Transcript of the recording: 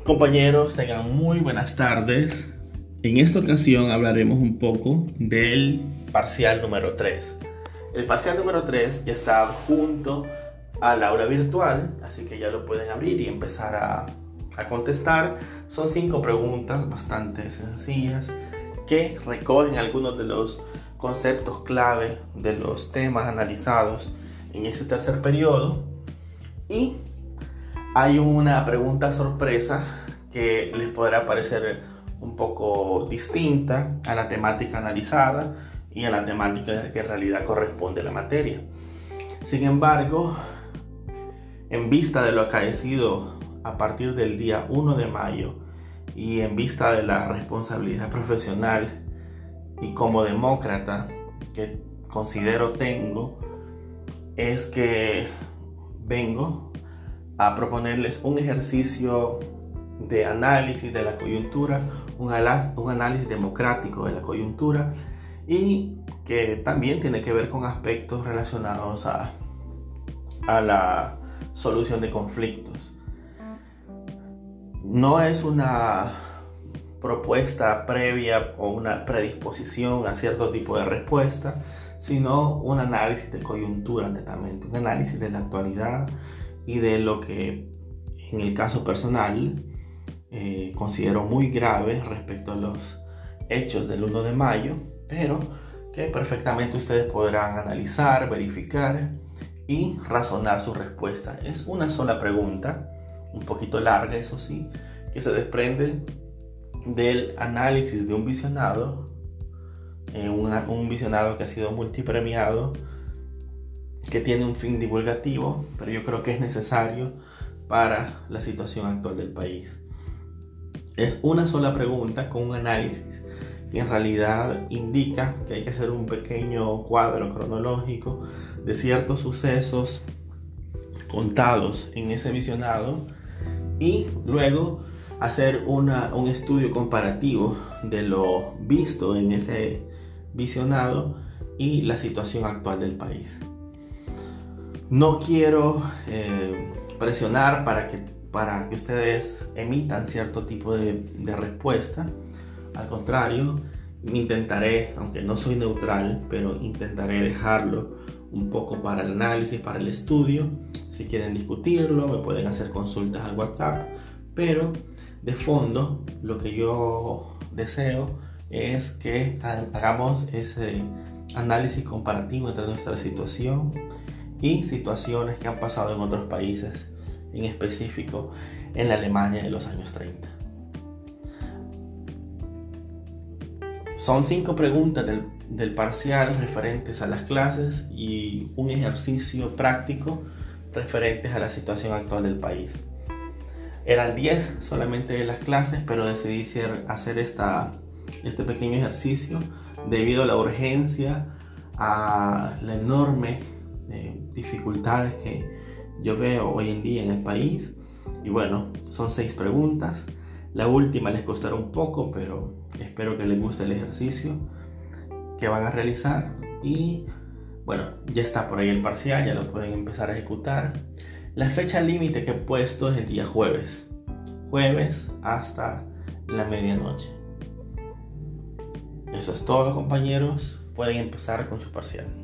Compañeros, tengan muy buenas tardes. En esta ocasión hablaremos un poco del parcial número 3. El parcial número 3 ya está junto al aula virtual, así que ya lo pueden abrir y empezar a contestar. Son 5 preguntas bastante sencillas que recogen algunos de los conceptos clave de los temas analizados en este tercer periodo. Y hay una pregunta sorpresa que les podrá parecer un poco distinta a la temática analizada y a la temática que en realidad corresponde a la materia. Sin embargo, en vista de lo acaecido a partir del día 1 de mayo y en vista de la responsabilidad profesional y como demócrata que considero tengo, es que vengo a proponerles un ejercicio de análisis de la coyuntura, un análisis democrático de la coyuntura, y que también tiene que ver con aspectos relacionados a la solución de conflictos. No es una propuesta previa o una predisposición a cierto tipo de respuesta, sino un análisis de coyuntura netamente, un análisis de la actualidad y de lo que en el caso personal considero muy grave respecto a los hechos del 1 de mayo, pero que perfectamente ustedes podrán analizar, verificar y razonar su respuesta. Es una sola pregunta, un poquito larga eso sí, que se desprende del análisis de un visionado, un visionado que ha sido multipremiado, que tiene un fin divulgativo, pero yo creo que es necesario para la situación actual del país. Es una sola pregunta con un análisis que en realidad indica que hay que hacer un pequeño cuadro cronológico de ciertos sucesos contados en ese visionado y luego hacer un estudio comparativo de lo visto en ese visionado y la situación actual del país. No quiero presionar para que ustedes emitan cierto tipo de respuesta. Al contrario, intentaré, aunque no soy neutral, pero intentaré dejarlo un poco para el análisis, para el estudio. Si quieren discutirlo, me pueden hacer consultas al WhatsApp, pero de fondo lo que yo deseo es que hagamos ese análisis comparativo entre nuestra situación y situaciones que han pasado en otros países, en específico en la Alemania de los años 30. Son 5 preguntas del parcial referentes a las clases y un ejercicio práctico referentes a la situación actual del país. Eran 10 solamente de las clases, pero decidí hacer este pequeño ejercicio debido a la urgencia, a la enorme dificultades que yo veo hoy en día en el país. Y bueno, son 6 preguntas. La última les costará un poco, pero espero que les guste el ejercicio que van a realizar. Y bueno, ya está por ahí el parcial, ya lo pueden empezar a ejecutar. La fecha límite que he puesto es el día jueves hasta la medianoche. Eso es todo, compañeros. Pueden empezar con su parcial.